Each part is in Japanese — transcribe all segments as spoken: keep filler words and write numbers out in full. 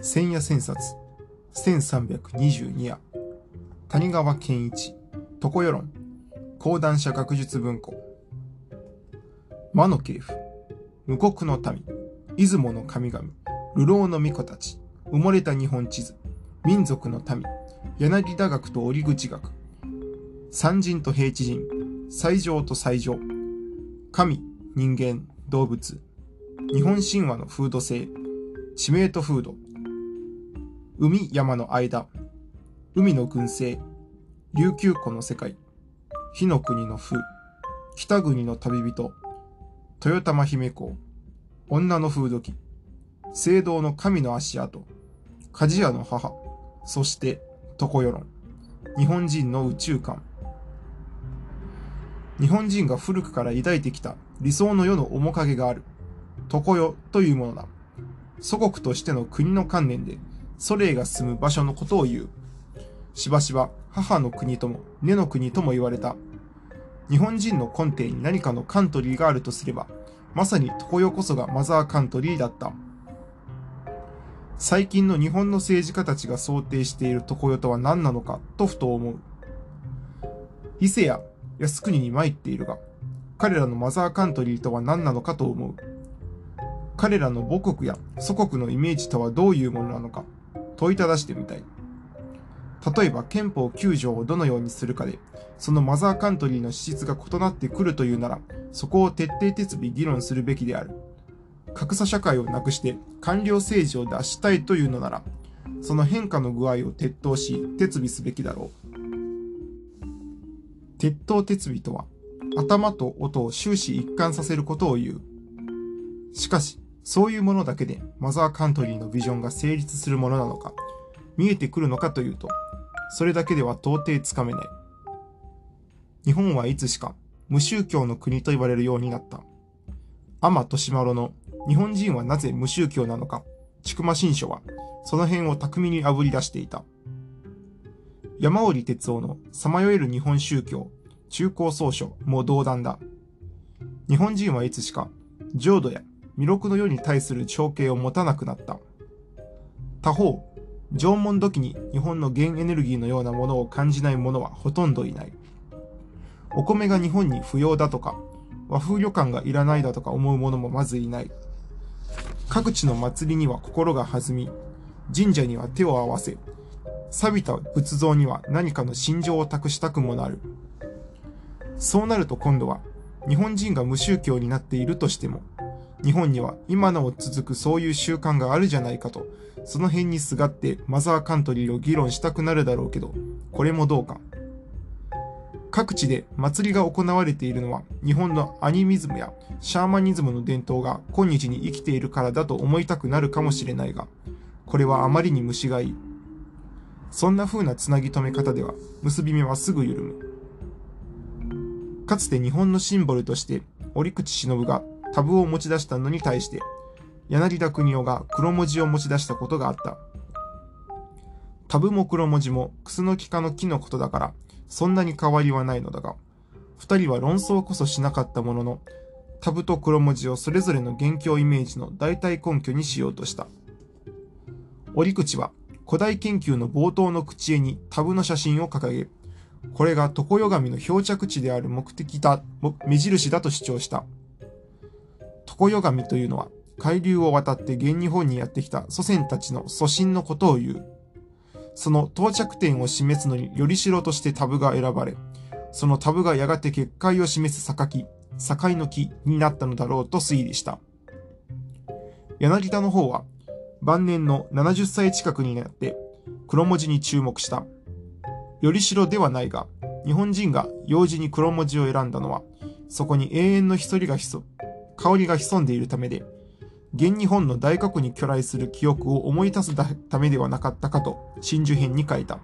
千夜千冊せんさんびゃくにじゅうに夜谷川健一常世論講談社学術文庫魔の系譜無国の民出雲の神々流浪の巫女たち埋もれた日本地図民族の民柳田学と折口学山人と平地人最上と最上神人間動物日本神話の風土性地名と風土海山の間海の群生琉球湖の世界火の国の風北国の旅人豊玉姫公女の風土記聖堂の神の足跡鍛冶屋の母そして常世論日本人の宇宙観日本人が古くから抱いてきた理想の世の面影がある常世というものだ。祖国としての国の観念で祖霊が住む場所のことを言う。しばしば母の国とも根の国とも言われた。日本人の根底に何かのカントリーがあるとすれば、まさに常世こそがマザーカントリーだった。最近の日本の政治家たちが想定している常世とは何なのかとふと思う。伊勢や靖国に参っているが、彼らのマザーカントリーとは何なのかと思う。彼らの母国や祖国のイメージとはどういうものなのか問いただしてみたい。例えば憲法きゅう条をどのようにするかで、そのマザーカントリーの資質が異なってくるというなら、そこを徹底徹尾議論するべきである。格差社会をなくして官僚政治を脱したいというのなら、その変化の具合を徹頭し、徹尾すべきだろう。徹頭徹尾とは、頭と音を終始一貫させることを言う。しかし、そういうものだけでマザーカントリーのビジョンが成立するものなのか、見えてくるのかというと、それだけでは到底つかめない。日本はいつしか無宗教の国と言われるようになった。天年丸の日本人はなぜ無宗教なのか、千曲新書はその辺を巧みにあぶり出していた。山折哲夫のさまよえる日本宗教、中高総書も同段だ。日本人はいつしか浄土や弥勒の世に対する憧憬を持たなくなった。他方、縄文土器に日本の原エネルギーのようなものを感じない者はほとんどいない。お米が日本に不要だとか、和風旅館がいらないだとか思う者もまずいない。各地の祭りには心が弾み、神社には手を合わせ、錆びた仏像には何かの心情を託したくもなる。そうなると今度は、日本人が無宗教になっているとしても、日本には今なお続くそういう習慣があるじゃないかと、その辺にすがってマザーカントリーを議論したくなるだろうけど、これもどうか。各地で祭りが行われているのは、日本のアニミズムやシャーマニズムの伝統が今日に生きているからだと思いたくなるかもしれないが、これはあまりに虫がいい。そんな風なつなぎ止め方では、結び目はすぐ緩む。かつて日本のシンボルとして折口忍がタブを持ち出したのに対して柳田国男が黒文字を持ち出したことがあった。タブも黒文字もクスノキ科の木のことだからそんなに変わりはないのだが、二人は論争こそしなかったものの、タブと黒文字をそれぞれの元凶イメージの代替根拠にしようとした。折口は古代研究の冒頭の口絵にタブの写真を掲げ、これが常世神の漂着地である目的だ、目印だと主張した。常世神というのは、海流を渡って現日本にやってきた祖先たちの祖神のことを言う。その到着点を示すのによりしろとしてタブが選ばれ、そのタブがやがて結界を示す榊、境の木になったのだろうと推理した。柳田の方は、晩年のななじゅっさい近くになって黒文字に注目した。よりしろではないが、日本人が用字に黒文字を選んだのは、そこに永遠の一人が潜、香りが潜んでいるためで、現日本の大過去に去来する記憶を思い出すためではなかったかと、真珠編に書いた。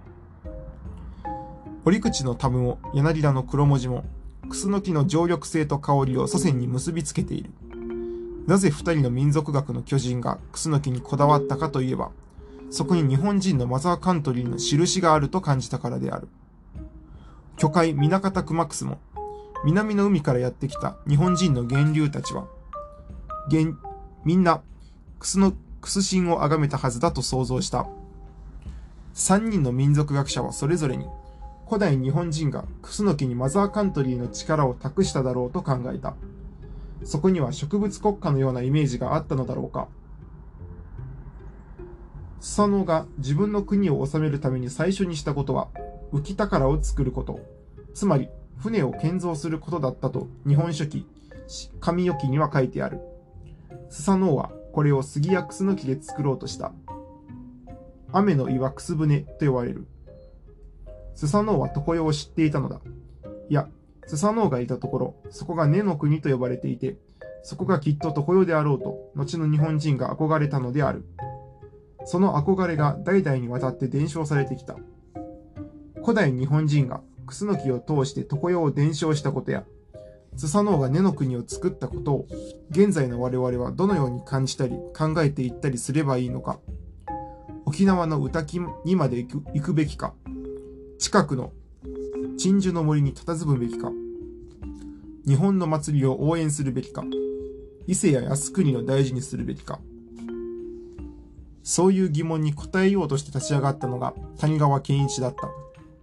折口のタブも柳田の黒文字も、クスノキの常緑性と香りを祖先に結びつけている。なぜ二人の民族学の巨人がクスノキにこだわったかといえば、そこに日本人のマザーカントリーの印があると感じたからである。巨海ミナカタクマクスも、南の海からやってきた日本人の源流たちは、みんなクスノクス神を崇めたはずだと想像した。三人の民族学者はそれぞれに、古代日本人がクスノキにマザーカントリーの力を託しただろうと考えた。そこには植物国家のようなイメージがあったのだろうか。スサノオが自分の国を治めるために最初にしたことは、浮き宝を作ること、つまり船を建造することだったと日本書紀、神代記には書いてある。スサノオはこれを杉やクスノキで作ろうとした。雨の岩クス船と呼ばれる。スサノオは常世を知っていたのだ。いや、スサノオがいたところ、そこが根の国と呼ばれていて、そこがきっと常世であろうと、後の日本人が憧れたのである。その憧れが代々にわたって伝承されてきた。古代日本人がクスノキを通して常世を伝承したことや、スサノオが根の国を作ったことを、現在の我々はどのように感じたり考えていったりすればいいのか。沖縄の歌木にまで行く、行くべきか。近くの鎮守の森に佇むべきか。日本の祭りを応援するべきか。伊勢や靖国を大事にするべきか。そういう疑問に答えようとして立ち上がったのが谷川健一だった。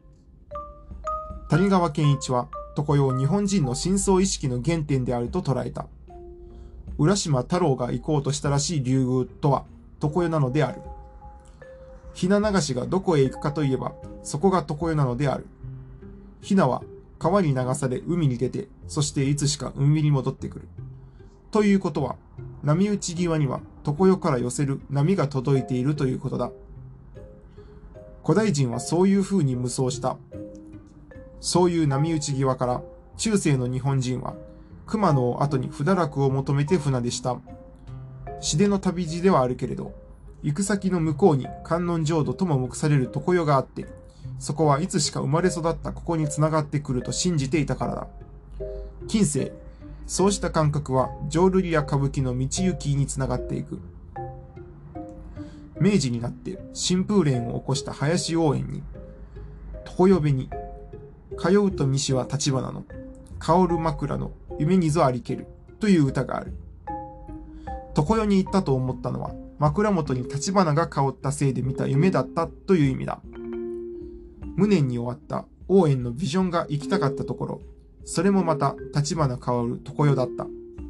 谷川健一は常世を日本人の深層意識の原点であると捉えた。浦島太郎が行こうとしたらしい竜宮とは常世なのである。ひな流しがどこへ行くかといえば、そこが常世なのである。ひなは川に流され海に出て、そしていつしか海に戻ってくる。ということは、波打ち際には常世から寄せる波が届いているということだ。古代人はそういう風に無双した。そういう波打ち際から、中世の日本人は、熊野を後に不堕落を求めて船出した。死出の旅路ではあるけれど、行く先の向こうに観音浄土とも目される常世があって、そこはいつしか生まれ育ったここにつながってくると信じていたからだ。近世、そうした感覚は浄瑠璃や歌舞伎の道行きにつながっていく。明治になって新風蓮を起こした林応援に、常世部に、通うと西は立花の、香る枕の夢にぞありけるという歌がある。常世に行ったと思ったのは、枕元に立花が香ったせいで見た夢だったという意味だ。無念に終わった応援のビジョンが行きたかったところ、それもまた立花香る常世だった。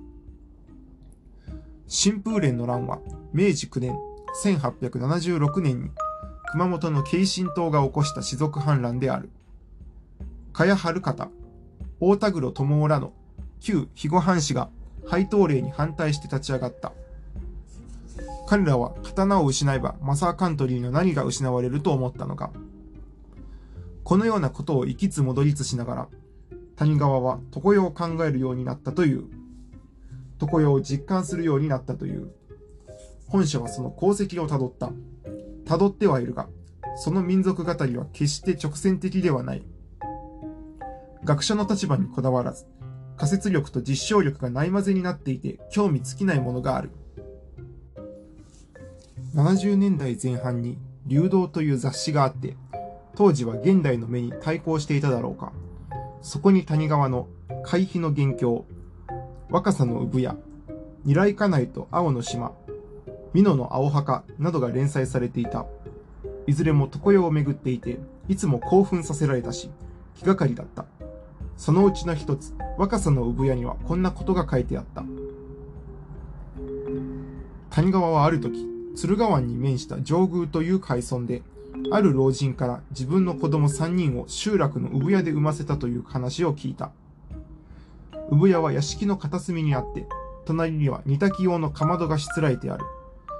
新風蓮の乱は明治くねんせんはっぴゃくななじゅうろくねんに熊本の慶信党が起こした士族反乱である。茅春方、大田黒友らの旧肥後藩士が廃刀令に反対して立ち上がった。彼らは刀を失えばマザーカントリーの何が失われると思ったのか。このようなことを行きつ戻りつしながら、谷川は常世を考えるようになったという。常世を実感するようになったという。本書はその功績をたどった。たどってはいるが、その民族語りは決して直線的ではない。学者の立場にこだわらず、仮説力と実証力がないまぜになっていて興味尽きないものがある。ななじゅうねんだいぜん半に流動という雑誌があって、当時は現代の目に対抗していただろうか。そこに谷川の回避の元凶、若狭の産屋、二来家内と青の島、美濃の青墓などが連載されていた。いずれも常世をめぐっていて、いつも興奮させられたし、気がかりだった。そのうちの一つ、若狭の産屋にはこんなことが書いてあった。谷川はある時、敦賀湾に面した上宮という海村で、ある老人から自分の子供三人を集落の産屋で産ませたという話を聞いた。産屋は屋敷の片隅にあって、隣には煮炊き用のかまどがしつらえてある。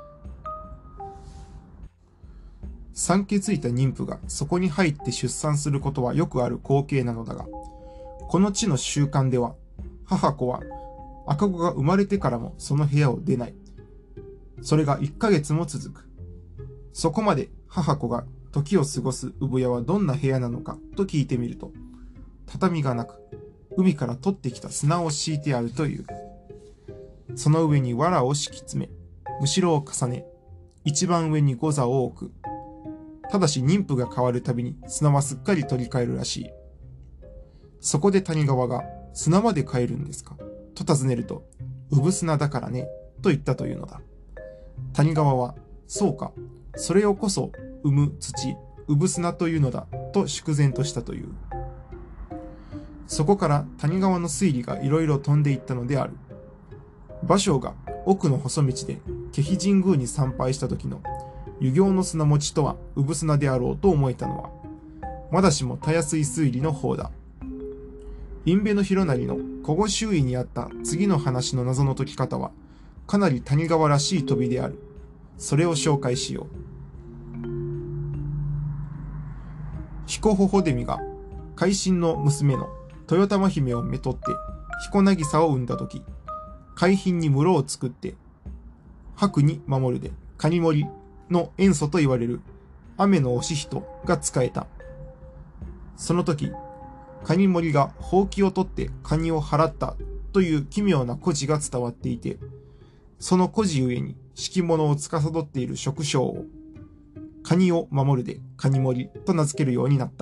産気づいた妊婦がそこに入って出産することはよくある光景なのだが、この地の習慣では、母子は赤子が生まれてからもその部屋を出ない。それがいっかげつも続く。そこまで母子が時を過ごす産屋はどんな部屋なのかと聞いてみると、畳がなく、海から取ってきた砂を敷いてあるという。その上に藁を敷き詰め、むしろを重ね、一番上に御座を置く。ただし妊婦が変わるたびに砂はすっかり取り替えるらしい。そこで谷川が、砂まで変えるんですかと尋ねると、産砂だからね、と言ったというのだ。 谷川は、そうか、それをこそ生む土、産砂というのだ、と祝然としたという。そこから谷川の推理がいろいろ飛んでいったのである。芭蕉が奥の細道で気比神宮に参拝した時の湯行の砂持ちとは産砂であろうと思えたのは、まだしもたやすい推理の方だ。因部の広成の古語周囲にあった次の話の謎の解き方は、かなり谷川らしい飛びである。それを紹介しよう。彦頬デミが海神の娘の豊玉姫をめとって彦渚を産んだとき、海浜に室を作って、白に守るで、蟹森の塩素と言われる雨の押し人が仕えた。その時、蟹森がほうきを取ってカニを払ったという奇妙な故事が伝わっていて、その故事ゆえに敷物を司っている職称を、カニを守るで蟹森と名付けるようになった。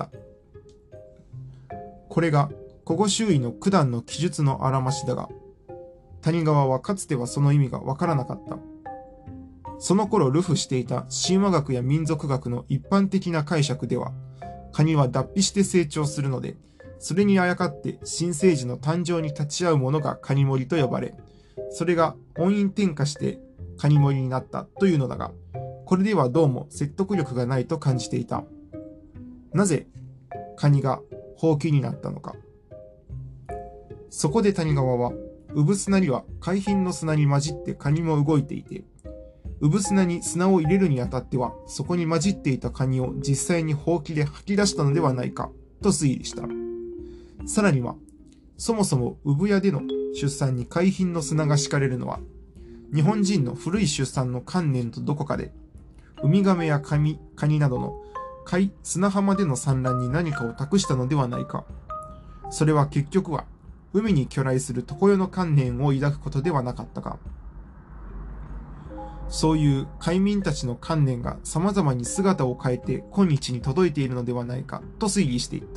これが古語周囲の九段の記述のあらましだが、谷川はかつてはその意味がわからなかった。その頃流布していた神話学や民族学の一般的な解釈では、カニは脱皮して成長するので、それにあやかって新生児の誕生に立ち会うものがカニ森と呼ばれ、それが音韻転化してカニ森になったというのだが、これではどうも説得力がないと感じていた。なぜカニがほうきになったのか。そこで谷川は、産砂には海浜の砂に混じってカニも動いていて、産砂に砂を入れるにあたっては、そこに混じっていたカニを実際にほうきで吐き出したのではないか、と推理した。さらには、そもそも産屋での出産に海浜の砂が敷かれるのは、日本人の古い出産の観念とどこかで、ウミガメやカニ、カニなどの海、砂浜での産卵に何かを託したのではないか。それは結局は、海に去来する常世の観念を抱くことではなかったか。そういう海民たちの観念が様々に姿を変えて今日に届いているのではないかと推理していった。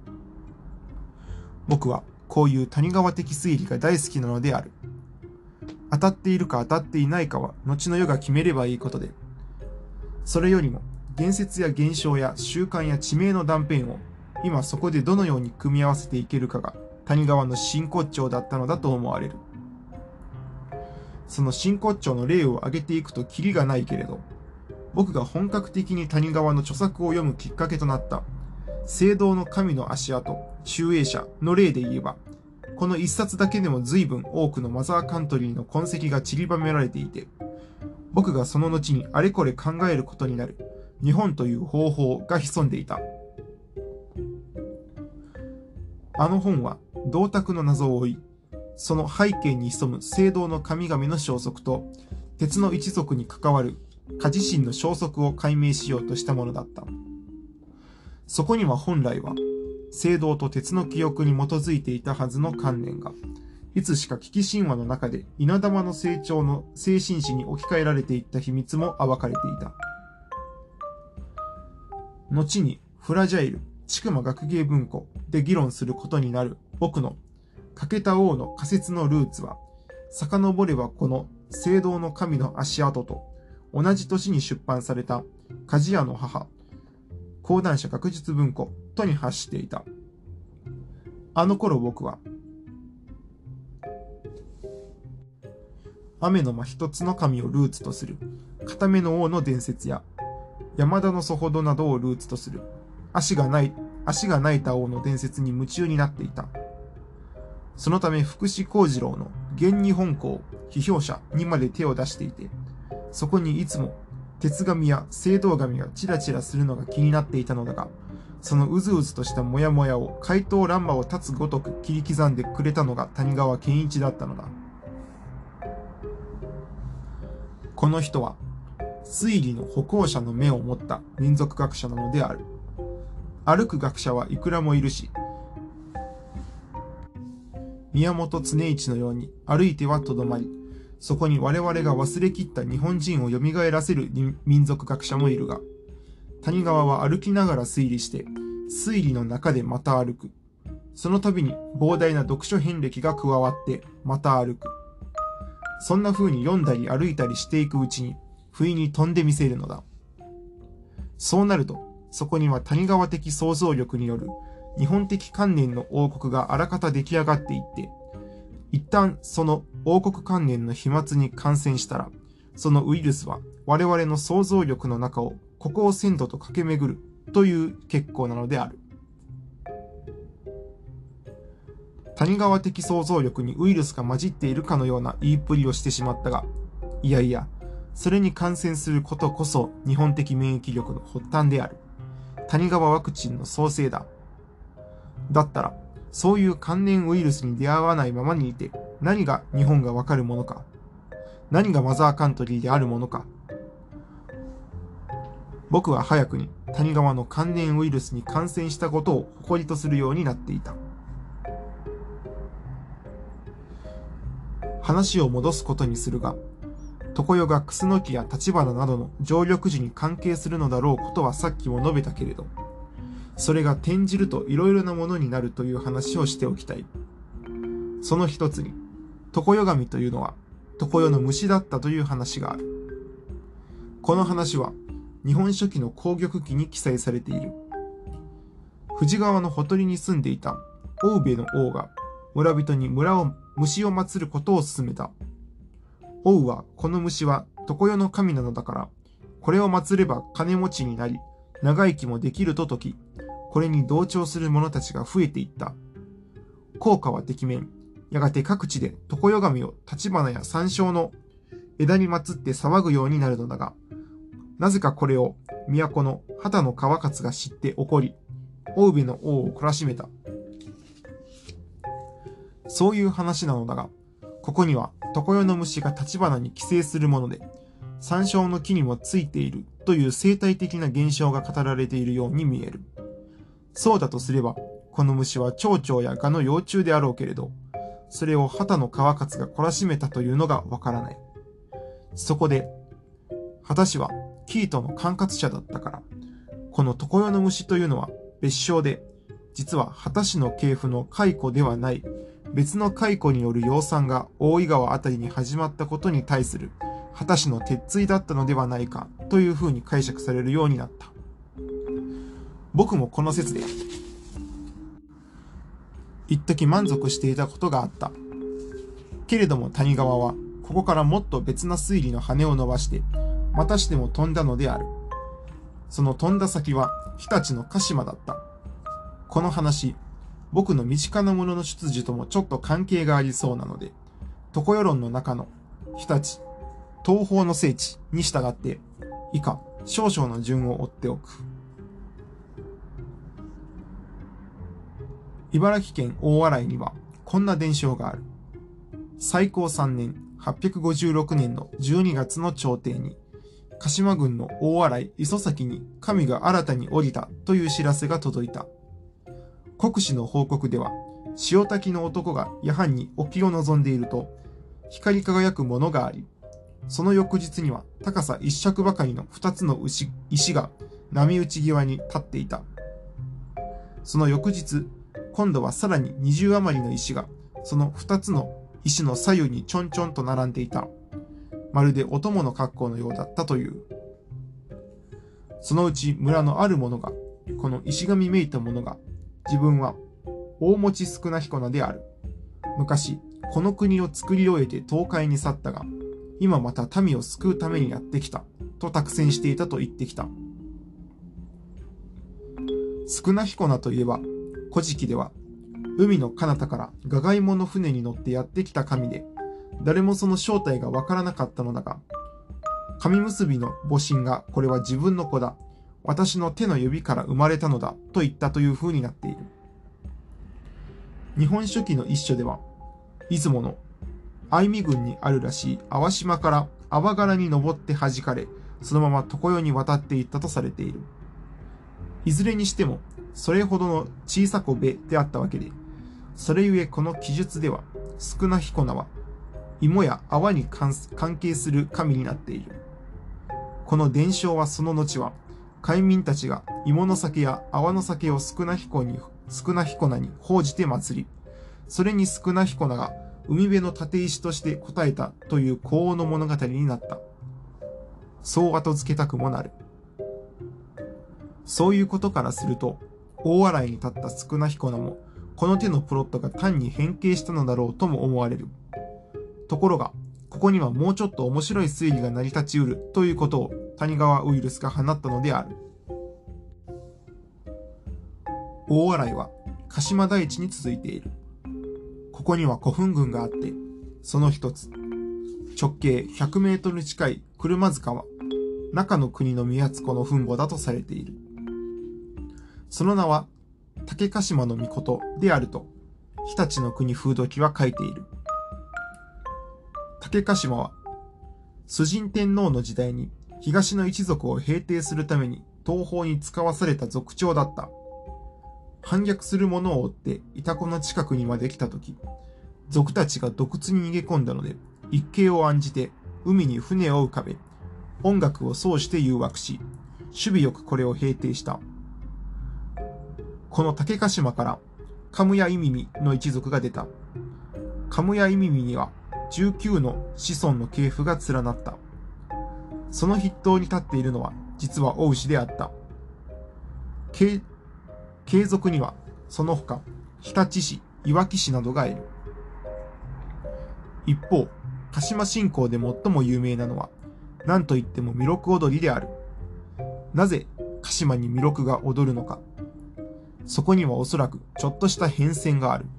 僕はこういう谷川的推理が大好きなのである。当たっているか当たっていないかは後の世が決めればいいことで、それよりも言説や現象や習慣や地名の断片を今そこでどのように組み合わせていけるかが谷川の真骨頂だったのだと思われる。その真骨頂の例を挙げていくとキリがないけれど、僕が本格的に谷川の著作を読むきっかけとなった聖堂の神の足跡、集英社の例で言えば、この一冊だけでも随分多くのマザーカントリーの痕跡が散りばめられていて、僕がその後にあれこれ考えることになる日本という方法が潜んでいた。あの本は銅鐸の謎を追い、その背景に潜む聖堂の神々の消息と鉄の一族に関わる家自身の消息を解明しようとしたものだった。そこには本来は聖堂と鉄の記憶に基づいていたはずの観念が、いつしか危機神話の中で稲玉の成長の精神史に置き換えられていった秘密も暴かれていた。後にフラジャイル、千曲学芸文庫で議論することになる僕の欠けた王の仮説のルーツは、遡ればこの聖堂の神の足跡と同じ年に出版された鍛冶屋の母、講談社学術文庫とに発していた。あの頃僕は、雨の間一つの神をルーツとする片目の王の伝説や、山田の祖ほどなどをルーツとする足がない、足が泣いた王の伝説に夢中になっていた。そのため福士幸次郎の現日本校批評者にまで手を出していて、そこにいつも鉄紙や青銅紙がチラチラするのが気になっていたのだが、そのうずうずとしたモヤモヤを怪盗乱馬を立つごとく切り刻んでくれたのが谷川健一だったのだ。この人は推理の歩行者の目を持った民族学者なのである。歩く学者はいくらもいるし、宮本常一のように歩いてはとどまり、そこに我々が忘れきった日本人を蘇らせる民族学者もいるが、谷川は歩きながら推理して、推理の中でまた歩く。その度に膨大な読書遍歴が加わって、また歩く。 そんな風に読んだり歩いたりしていくうちに、不意に飛んでみせるのだ。そうなると、そこには谷川的想像力による日本的観念の王国があらかた出来上がっていって、一旦その王国観念の飛沫に感染したら、そのウイルスは我々の想像力の中をここを線路と駆け巡るという結構なのである。谷川的想像力にウイルスが混じっているかのような言いっぷりをしてしまったが、いやいや、それに感染することこそ日本的免疫力の発端である。谷川ワクチンの創生だ。だったら、そういう関連ウイルスに出会わないままにいて、何が日本がわかるものか。何がマザーカントリーであるものか。僕は早くに谷川の関連ウイルスに感染したことを誇りとするようになっていた。話を戻すことにするが、常世が楠木や橘などの常緑樹に関係するのだろうことはさっきも述べたけれど、それが転じるといろいろなものになるという話をしておきたい。その一つに、常世神というのは常世の虫だったという話がある。この話は日本書紀の紅玉記に記載されている。富士川のほとりに住んでいた大部の王が村人に村を虫を祀ることを勧めた。王はこの虫は常世の神なのだから、これを祀れば金持ちになり、長生きもできると説き、これに同調する者たちが増えていった。効果はてきめん、やがて各地で常世神を橘や山椒の枝に祀って騒ぐようになるのだが、なぜかこれを都の秦の川勝が知って怒り、大部の王を懲らしめた。そういう話なのだが、ここには常世の虫が橘に寄生するもので、山椒の木にもついているという生態的な現象が語られているように見える。そうだとすれば、この虫は蝶々や蛾の幼虫であろうけれど、それを秦の川勝が懲らしめたというのがわからない。そこで、秦氏は生糸の管轄者だったから、この常世の虫というのは別称で、実は秦氏の系譜の蚕ではない、別の蚕による養蚕が大井川あたりに始まったことに対する秦氏の鉄槌だったのではないかというふうに解釈されるようになった。僕もこの説で一時満足していたことがあった。けれども谷川はここからもっと別な推理の羽を伸ばしてまたしても飛んだのである。その飛んだ先は日立の鹿島だった。この話、僕の身近なものの出自ともちょっと関係がありそうなので、常世論の中の日立、東方の聖地に従って、以下、少々の順を追っておく。茨城県大洗には、こんな伝承がある。西興さんねん、はっぴゃくごじゅうろくねんのじゅうにがつの朝廷に、鹿島郡の大洗磯崎に神が新たに降りたという知らせが届いた。国司の報告では、塩滝の男が夜半に沖を望んでいると、光り輝くものがあり、その翌日には高さ一尺ばかりの二つの石石が波打ち際に立っていた。その翌日、今度はさらに二十余りの石が、その二つの石の左右にちょんちょんと並んでいた。まるでお供の格好のようだったという。そのうち村のある者が、この石神めいた者が、自分は大持少な彦名である。昔、この国を作り終えて東海に去ったが、今また民を救うためにやってきた、と託戦していたと言ってきた。少な彦名といえば、古事記では、海の彼方からガガイモの船に乗ってやってきた神で、誰もその正体がわからなかったのだが、神結びの母神がこれは自分の子だ。私の手の指から生まれたのだと言ったという風になっている。日本書紀の一書では、出雲の相見郡にあるらしい淡島から淡柄に登って弾かれ、そのまま常世に渡っていったとされている。いずれにしても、それほどの小さこべであったわけで、それゆえこの記述では、少な彦名は、芋や泡に関係する神になっている。この伝承はその後は、海民たちが芋の酒や泡の酒を少な彦に、少な彦名に奉じて祭り、それに少な彦名が海辺の立石として答えたという幸運の物語になった。そう後付けたくもなる。そういうことからすると、大洗に立った宿儺彦名も、この手のプロットが単に変形したのだろうとも思われる。ところが、ここにはもうちょっと面白い推理が成り立ちうるということを谷川ウイルスが放ったのである。大洗は鹿島台地に続いている。ここには古墳群があって、その一つ、直径ひゃくメートル近い車塚は、中の国の宮津子の墳墓だとされている。その名は、竹鹿島の命であると、日立の国風土記は書いている。竹鹿島は、崇神天皇の時代に東の一族を平定するために東方に使わされた族長だった。反逆する者を追って潮来の近くにまで来たとき、族たちが洞窟に逃げ込んだので、一計を案じて海に船を浮かべ、音楽を奏して誘惑し、守備よくこれを平定した。この竹鹿島から、カムヤイミミの一族が出た。カムヤイミミには、じゅうきゅうの子孫の系譜が連なった。その筆頭に立っているのは、実は大牛であった。継続には、その他、日立市、いわき市などがいる。一方、鹿島信仰で最も有名なのは、何といっても弥勒踊りである。なぜ、鹿島に弥勒が踊るのか。そこにはおそらく、ちょっとした変遷がある。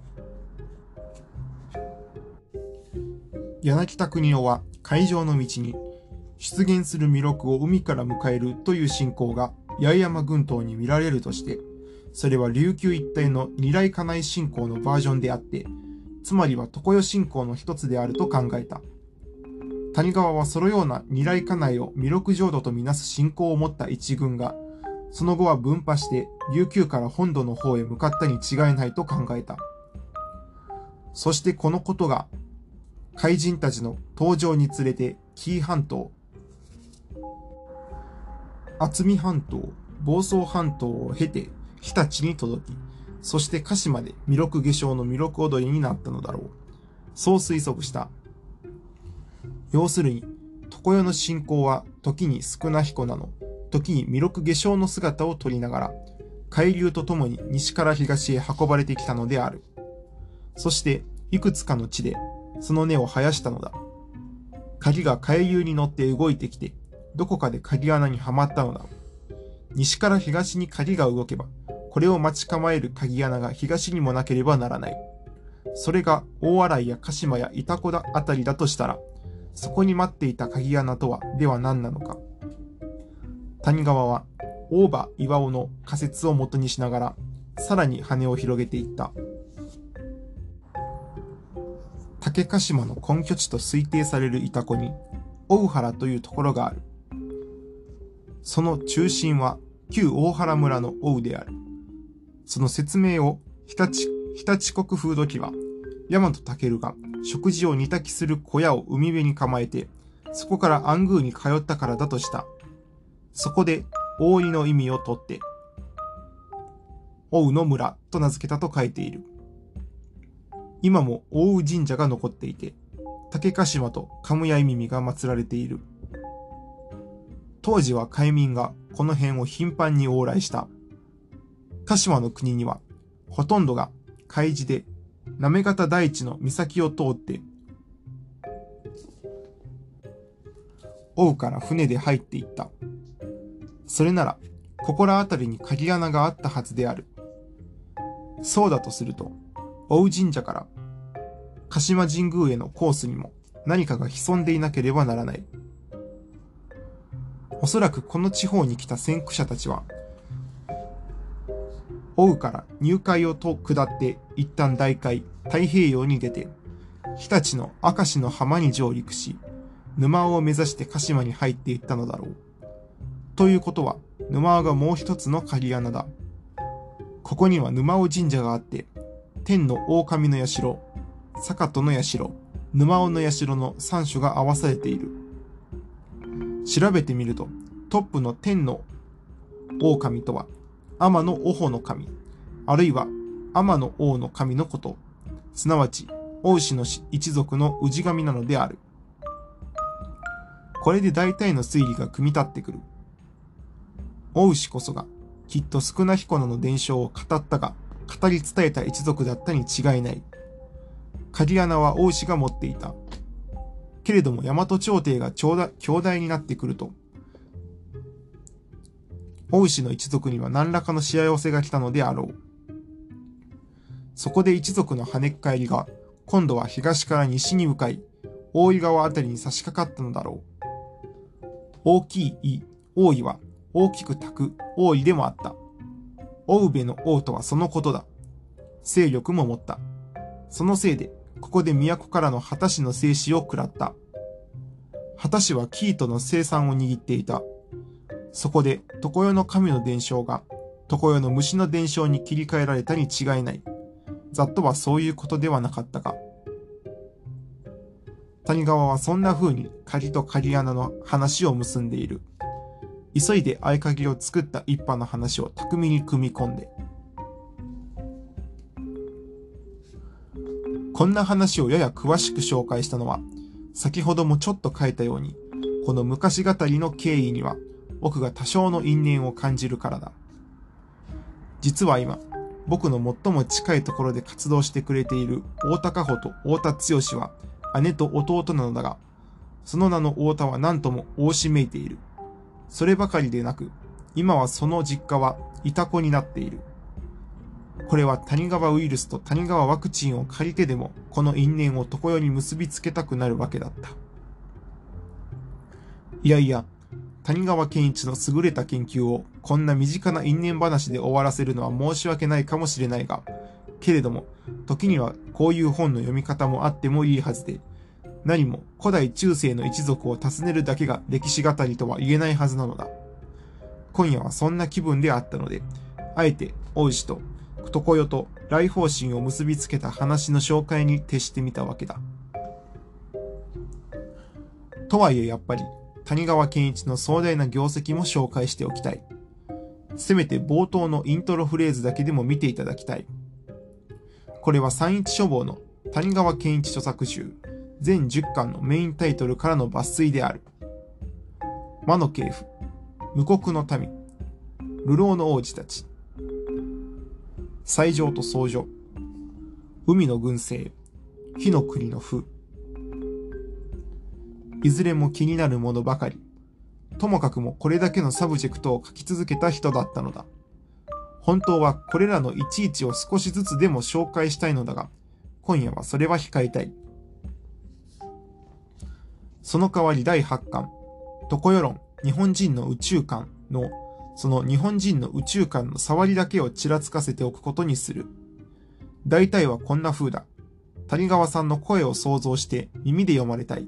柳田国男は海上の道に出現する弥勒を海から迎えるという信仰が八重山群島に見られるとして、それは琉球一帯の二来家内信仰のバージョンであって、つまりは常世信仰の一つであると考えた。谷川はそのような二来家内を弥勒浄土とみなす信仰を持った一軍が、その後は分派して琉球から本土の方へ向かったに違いないと考えた。そしてこのことが、怪人たちの登場につれて紀伊半島、渥美半島、房総半島を経て日立に届き、そして鹿島で弥勒下生の弥勒踊りになったのだろう。そう推測した。要するに、常世の信仰は時に宿儺彦名の、時に弥勒下生の姿を取りながら、海流とともに西から東へ運ばれてきたのである。そして、いくつかの地で、その根を生やしたのだ。鍵が海流に乗って動いてきて、どこかで鍵穴にはまったのだ。西から東に鍵が動けば、これを待ち構える鍵穴が東にもなければならない。それが大洗や鹿島や潮来あたりだとしたら、そこに待っていた鍵穴とは、では何なのか。谷川は、大場巌の仮説をもとにしながら、さらに羽を広げていった。竹鹿島の根拠地と推定される潮来に、大原というところがある。その中心は、旧大原村の大である。その説明を、日立、日立国風土記は、大和武が食事を煮炊きする小屋を海辺に構えて、そこから安宮に通ったからだとした。そこで、大井の意味をとって、大宇の村と名付けたと書いている。今も大宇神社が残っていて、竹鹿島とカムヤイミミが祀られている。当時は海民がこの辺を頻繁に往来した。鹿島の国には、ほとんどが海事で、行方大地の岬を通って、大宇から船で入っていった。それなら、ここらあたりに鍵穴があったはずである。そうだとすると、大宇神社から鹿島神宮へのコースにも何かが潜んでいなければならない。おそらくこの地方に来た先駆者たちは、大宇から入海をと下って一旦大海、太平洋に出て、日立の明石の浜に上陸し、沼尾を目指して鹿島に入っていったのだろう。ということは、沼尾がもう一つの鍵穴だ。ここには沼尾神社があって、天の狼の社、坂戸の社、沼尾の社の三所が合わされている。調べてみると、トップの天の狼とは、天の尾穂の神、あるいは天の王の神のこと、すなわち、 王氏の一族の氏神なのである。これで大体の推理が組み立ってくる。王氏こそが、きっと宿儺彦名の伝承を語ったが、語り伝えた一族だったに違いない。鍵穴は王氏が持っていた。けれども大和朝廷が強大になってくると、王氏の一族には何らかのしわ寄せが来たのであろう。そこで一族の跳ねっ返りが、今度は東から西に向かい、大井川あたりに差し掛かったのだろう。大きい井、大井は、大きく炊く大井でもあった。大部の王とはそのことだ。勢力も持った。そのせいで、ここで都からの秦氏の生死を食らった。秦氏は生糸の生産を握っていた。そこで、常世の神の伝承が、常世の虫の伝承に切り替えられたに違いない。ざっとはそういうことではなかったか。谷川はそんな風に鍵と鍵穴の話を結んでいる。急いで合鍵を作った一派の話を巧みに組み込んで。こんな話をやや詳しく紹介したのは、先ほどもちょっと書いたように、この昔語りの経緯には、僕が多少の因縁を感じるからだ。実は今、僕の最も近いところで活動してくれている大高穂と太田剛は姉と弟なのだが、その名の太田は何とも大しめいている。そればかりでなく、今はその実家はいたこになっている。これは谷川ウイルスと谷川ワクチンを借りてでも、この因縁を常世に結びつけたくなるわけだった。いやいや、谷川健一の優れた研究をこんな身近な因縁話で終わらせるのは申し訳ないかもしれないが、けれども、時にはこういう本の読み方もあってもいいはずで、何も古代中世の一族を訪ねるだけが歴史語りとは言えないはずなのだ。今夜はそんな気分であったので、あえて王子と常世と来訪心を結びつけた話の紹介に徹してみたわけだ。とはいえやっぱり、谷川健一の壮大な業績も紹介しておきたい。せめて冒頭のイントロフレーズだけでも見ていただきたい。これは三一書房の谷川健一著作集全じゅっかんのメインタイトルからの抜粋である。魔の系譜、無国の民、流浪の王子たち、西条と僧女、海の軍勢、火の国の風。いずれも気になるものばかり。ともかくもこれだけのサブジェクトを書き続けた人だったのだ。本当はこれらのいちいちを少しずつでも紹介したいのだが、今夜はそれは控えたい。その代わりだいはちかん、常世論日本人の宇宙観の、その日本人の宇宙観の触りだけをちらつかせておくことにする。大体はこんな風だ。谷川さんの声を想像して耳で読まれたい。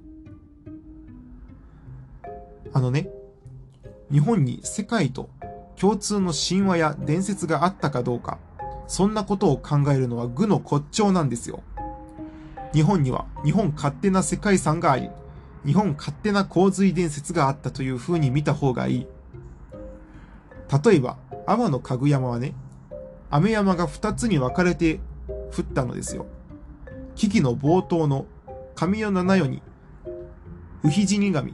あのね、日本に世界と共通の神話や伝説があったかどうか、そんなことを考えるのは愚の骨頂なんですよ。日本には日本勝手な世界遺産があり、日本勝手な洪水伝説があったという風に見た方がいい。例えば、天のかぐ山はね、雨山が二つに分かれて降ったのですよ。危機の冒頭の神代七世に、ウヒジニ神、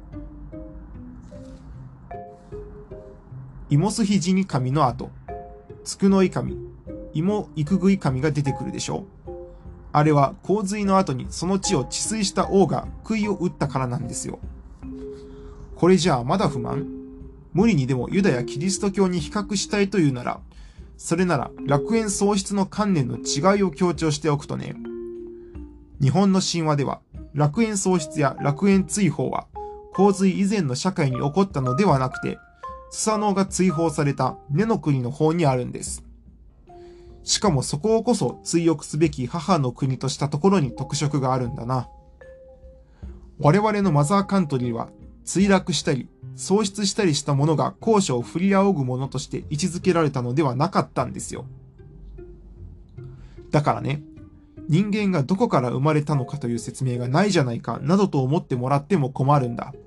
芋すひじに神の後、つくのい神、芋いくぐい神が出てくるでしょう。あれは洪水の後にその地を治水した王が杭を打ったからなんですよ。これじゃあまだ不満？無理にでもユダヤキリスト教に比較したいというなら、それなら楽園喪失の観念の違いを強調しておくとね、日本の神話では楽園喪失や楽園追放は洪水以前の社会に起こったのではなくて、スサノオが追放された根の国の方にあるんです。しかもそこをこそ追憶すべき母の国としたところに特色があるんだな。我々のマザーカントリーは墜落したり喪失したりしたものが高所を振り仰ぐものとして位置づけられたのではなかったんですよ。だからね、人間がどこから生まれたのかという説明がないじゃないかなどと思ってもらっても困るんだ。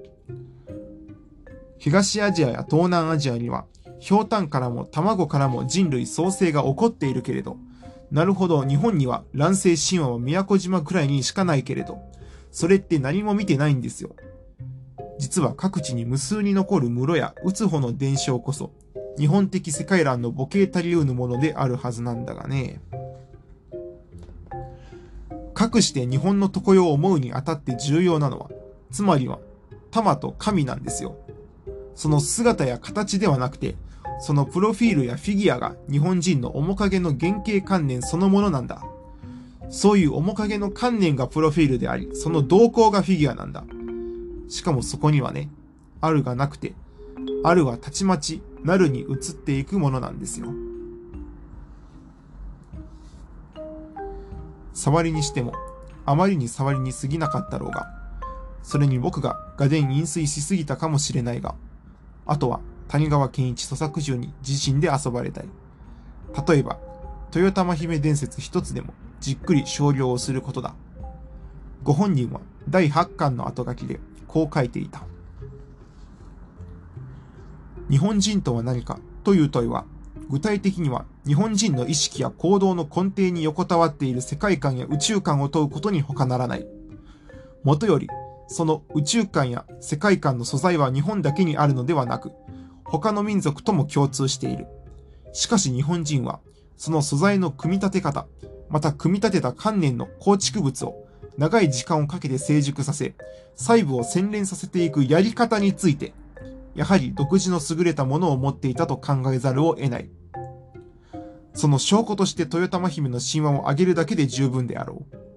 東アジアや東南アジアには、ひょうたんからも卵からも人類創生が起こっているけれど、 なるほど、日本には乱世神話は宮古島くらいにしかないけれど、それって何も見てないんですよ。実は各地に無数に残る室や打つほの伝承こそ、日本的世界観の母型たりうぬものであるはずなんだがね。かくして日本の常世を思うにあたって重要なのは、つまりは、玉と神なんですよ。その姿や形ではなくて、そのプロフィールやフィギュアが日本人の面影の原型観念そのものなんだ。そういう面影の観念がプロフィールであり、その動向がフィギュアなんだ。しかもそこにはね、あるがなくて、あるはたちまちなるに移っていくものなんですよ。触りにしても、あまりに触りに過ぎなかったろうが、それに僕が画伝飲水しすぎたかもしれないが、あとは谷川健一著作中に自身で遊ばれたい。例えば、豊玉姫伝説一つでもじっくり少量をすることだ。ご本人はだいはちかんの後書きでこう書いていた。日本人とは何かという問いは、具体的には日本人の意識や行動の根底に横たわっている世界観や宇宙観を問うことに他ならない。もとより、その宇宙観や世界観の素材は日本だけにあるのではなく、他の民族とも共通している。しかし日本人は、その素材の組み立て方、また組み立てた観念の構築物を長い時間をかけて成熟させ、細部を洗練させていくやり方について、やはり独自の優れたものを持っていたと考えざるを得ない。その証拠として豊玉姫の神話を挙げるだけで十分であろう。